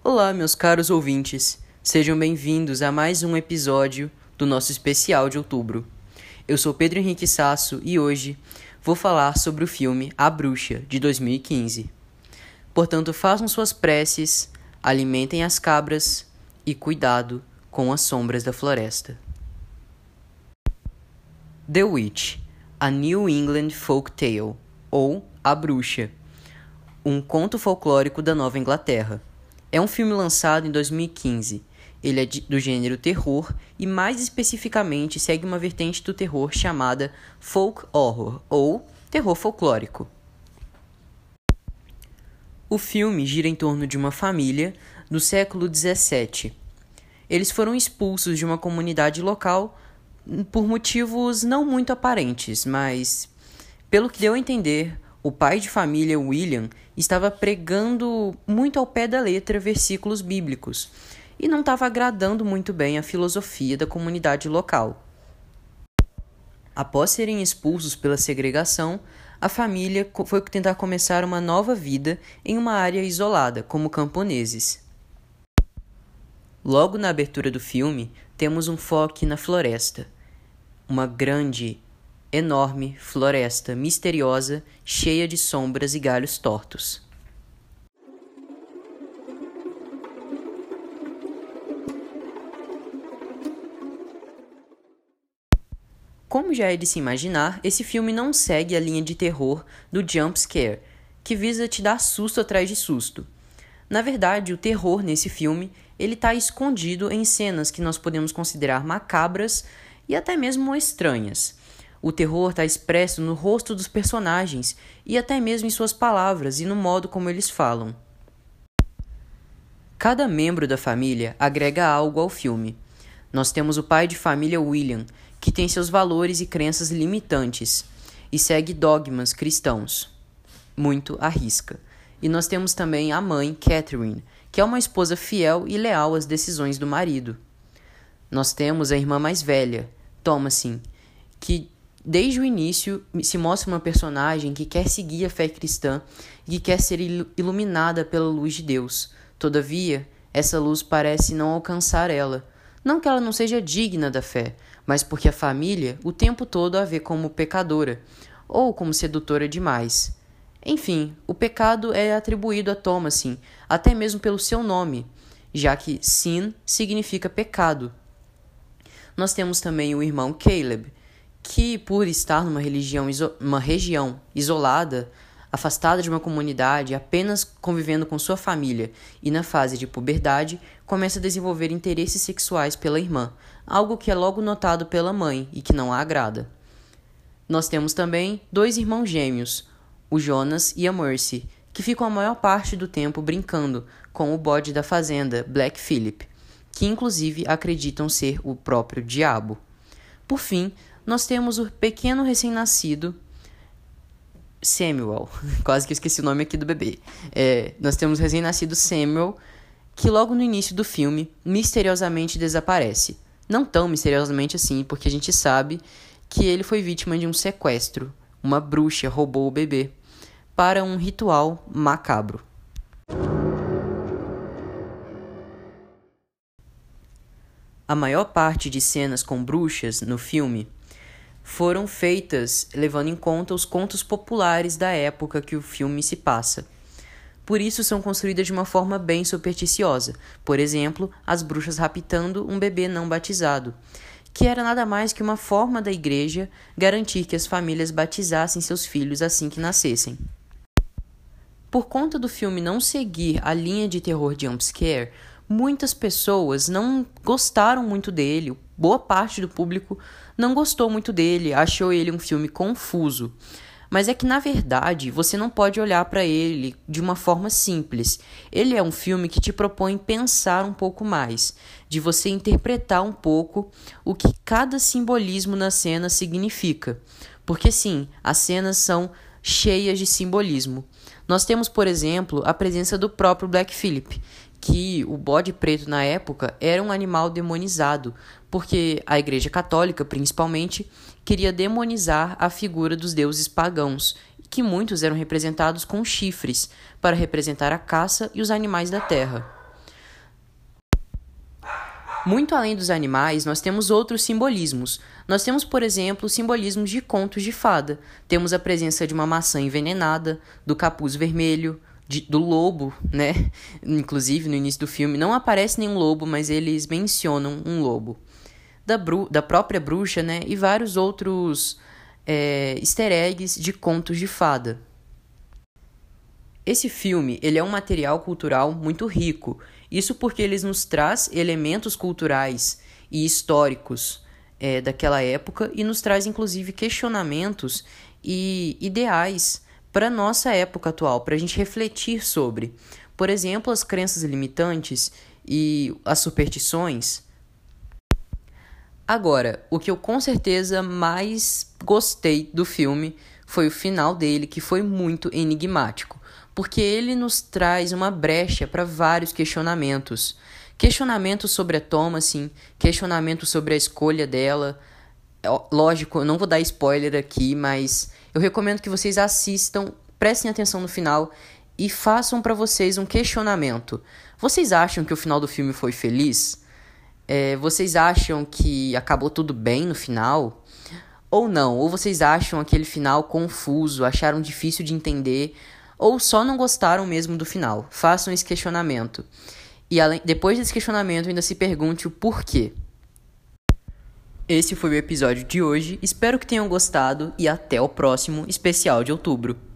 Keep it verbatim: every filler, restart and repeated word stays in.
Olá, meus caros ouvintes. Sejam bem-vindos a mais um episódio do nosso especial de outubro. Eu sou Pedro Henrique Sasso e hoje vou falar sobre o filme A Bruxa, de dois mil e quinze. Portanto, façam suas preces, alimentem as cabras e cuidado com as sombras da floresta. The Witch, A New England Folk Tale, ou A Bruxa, um conto folclórico da Nova Inglaterra. É um filme lançado em dois mil e quinze. Ele é de, do gênero terror e, mais especificamente, segue uma vertente do terror chamada folk horror, ou terror folclórico. O filme gira em torno de uma família do século dezessete. Eles foram expulsos de uma comunidade local por motivos não muito aparentes, mas, pelo que deu a entender, o pai de família, William, estava pregando muito ao pé da letra versículos bíblicos e não estava agradando muito bem a filosofia da comunidade local. Após serem expulsos pela segregação, a família foi tentar começar uma nova vida em uma área isolada, como camponeses. Logo na abertura do filme, temos um foco na floresta. Uma grande, enorme floresta misteriosa, cheia de sombras e galhos tortos. Como já é de se imaginar, esse filme não segue a linha de terror do jump scare, que visa te dar susto atrás de susto. Na verdade, o terror nesse filme ele está escondido em cenas que nós podemos considerar macabras e até mesmo estranhas. O terror está expresso no rosto dos personagens e até mesmo em suas palavras e no modo como eles falam. Cada membro da família agrega algo ao filme. Nós temos o pai de família William, que tem seus valores e crenças limitantes e segue dogmas cristãos, muito à risca. E nós temos também a mãe, Catherine, que é uma esposa fiel e leal às decisões do marido. Nós temos a irmã mais velha, Thomasin, que desde o início se mostra uma personagem que quer seguir a fé cristã e que quer ser iluminada pela luz de Deus. Todavia, essa luz parece não alcançar ela. Não que ela não seja digna da fé, mas porque a família o tempo todo a vê como pecadora ou como sedutora demais. Enfim, o pecado é atribuído a Thomasin, até mesmo pelo seu nome, já que sin significa pecado. Nós temos também o irmão Caleb, que por estar numa religião, uma região isolada, afastada de uma comunidade, apenas convivendo com sua família e na fase de puberdade, começa a desenvolver interesses sexuais pela irmã, algo que é logo notado pela mãe e que não a agrada. Nós temos também dois irmãos gêmeos, o Jonas e a Mercy, que ficam a maior parte do tempo brincando com o bode da fazenda, Black Phillip, que inclusive acreditam ser o próprio diabo. Por fim, nós temos o pequeno recém-nascido Samuel, quase que eu esqueci o nome aqui do bebê. É, nós temos o recém-nascido Samuel, que logo no início do filme, misteriosamente desaparece. Não tão misteriosamente assim, porque a gente sabe que ele foi vítima de um sequestro. Uma bruxa roubou o bebê para um ritual macabro. A maior parte de cenas com bruxas no filme foram feitas levando em conta os contos populares da época que o filme se passa. Por isso são construídas de uma forma bem supersticiosa. Por exemplo, as bruxas raptando um bebê não batizado, que era nada mais que uma forma da igreja garantir que as famílias batizassem seus filhos assim que nascessem. Por conta do filme não seguir a linha de terror jumpscare, muitas pessoas não gostaram muito dele, boa parte do público não gostou muito dele, achou ele um filme confuso. Mas é que, na verdade, você não pode olhar para ele de uma forma simples. Ele é um filme que te propõe pensar um pouco mais, de você interpretar um pouco o que cada simbolismo na cena significa. Porque, sim, as cenas são cheias de simbolismo. Nós temos, por exemplo, a presença do próprio Black Phillip, que o bode preto na época era um animal demonizado, porque a Igreja Católica, principalmente, queria demonizar a figura dos deuses pagãos, que muitos eram representados com chifres, para representar a caça e os animais da terra. Muito além dos animais, nós temos outros simbolismos. Nós temos, por exemplo, simbolismos de contos de fada. Temos a presença de uma maçã envenenada, do capuz vermelho, de, do lobo, né? Inclusive, no início do filme, não aparece nenhum lobo, mas eles mencionam um lobo. Da, bru da própria bruxa, né? E vários outros é, easter eggs de contos de fada. Esse filme, ele é um material cultural muito rico. Isso porque ele nos traz elementos culturais e históricos é, daquela época e nos traz, inclusive, questionamentos e ideais para a nossa época atual, para a gente refletir sobre. Por exemplo, as crenças limitantes e as superstições. Agora, o que eu com certeza mais gostei do filme foi o final dele, que foi muito enigmático, porque ele nos traz uma brecha para vários questionamentos. Questionamentos sobre a Thomasin, questionamentos sobre a escolha dela. Lógico, eu não vou dar spoiler aqui, mas eu recomendo que vocês assistam, prestem atenção no final e façam para vocês um questionamento. Vocês acham que o final do filme foi feliz? É, vocês acham que acabou tudo bem no final? Ou não? Ou vocês acham aquele final confuso, acharam difícil de entender, ou só não gostaram mesmo do final? Façam esse questionamento. E além, depois desse questionamento, ainda se pergunte o porquê. Esse foi o episódio de hoje. Espero que tenham gostado e até o próximo especial de outubro.